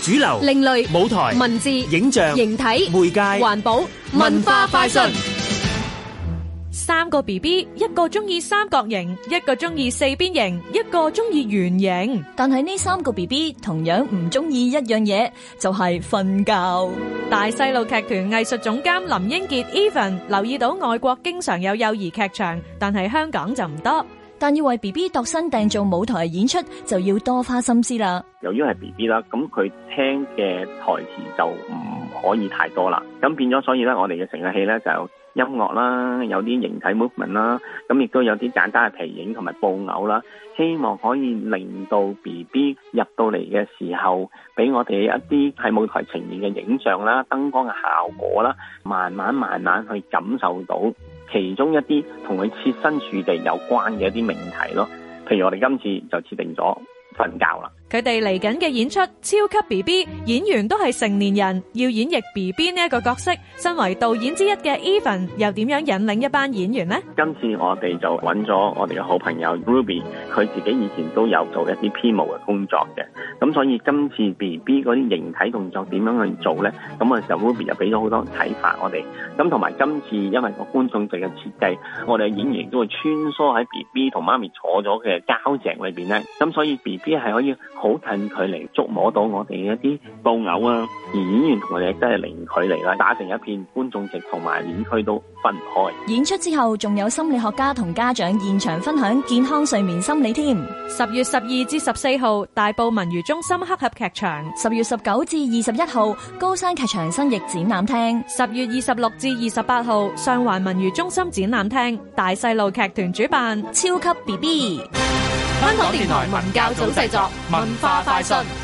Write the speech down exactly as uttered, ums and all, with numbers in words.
主流、 另類、 舞台、 文字、 影像、 形體、 媒介、 環保、文化快訊。 三個 B B， 一個中意三角形，一個中意四邊形，一個中意圓形。 但係呢三個 B B 同樣唔中意一樣嘢，就係瞓覺。 大細路劇團藝術總監林英傑 Evan 留意到外國經常有幼兒劇場，但係香港就唔多。 但要為 B B 度身訂造舞台演出，就要多花心思啦。 由於係 B B 啦，咁佢聽嘅台詞就唔可以太多啦。咁變咗，所以咧，我哋嘅成個戲咧就有音樂啦，有啲形體 movement 啦，咁亦都有啲簡單嘅皮影同埋布偶啦。希望可以令到 B B 入到嚟嘅時候，俾我哋一啲喺舞台呈現嘅影像啦、燈光嘅效果啦，慢慢慢慢去感受到其中一啲同佢設身處地有關嘅一啲命題咯。譬如我哋今次就設定咗瞓覺啦。 佢哋嚟緊嘅演出超級 B B， 演員都係成年人，要演繹 B B 呢一個角色。身為導演之一嘅 Evan 又點樣引領一班演員呢？ 今次我哋就揾咗我哋嘅好朋友 Ruby， 佢自己以前都有做一啲編舞嘅工作嘅，咁所以今次 B B 嗰啲形體動作點樣去做呢？咁嘅時候 Ruby 就俾咗好多睇法我哋。咁同埋今次因為個觀眾席嘅設計，我哋嘅演員都會穿梭喺 B B 同媽咪坐咗嘅膠席裏邊呢。咁所以 B B 係可以好近距離觸摸到我哋一啲布偶啊，而演員同我哋真係零距離啦，打成一片，觀眾席同埋演區都分唔開。 演出之後仲有心理學家同家長現場分享健康睡眠心理添。 十月十二至十四號大埔文娛中心黑盒劇場， 十月十九至二十一號高山劇場新翼展覽廳， 十月二十六至二十八號上環文娛中心展覽廳，大細路劇團主辦， 超級 B B。 香港電台文教組製作，文化快訊。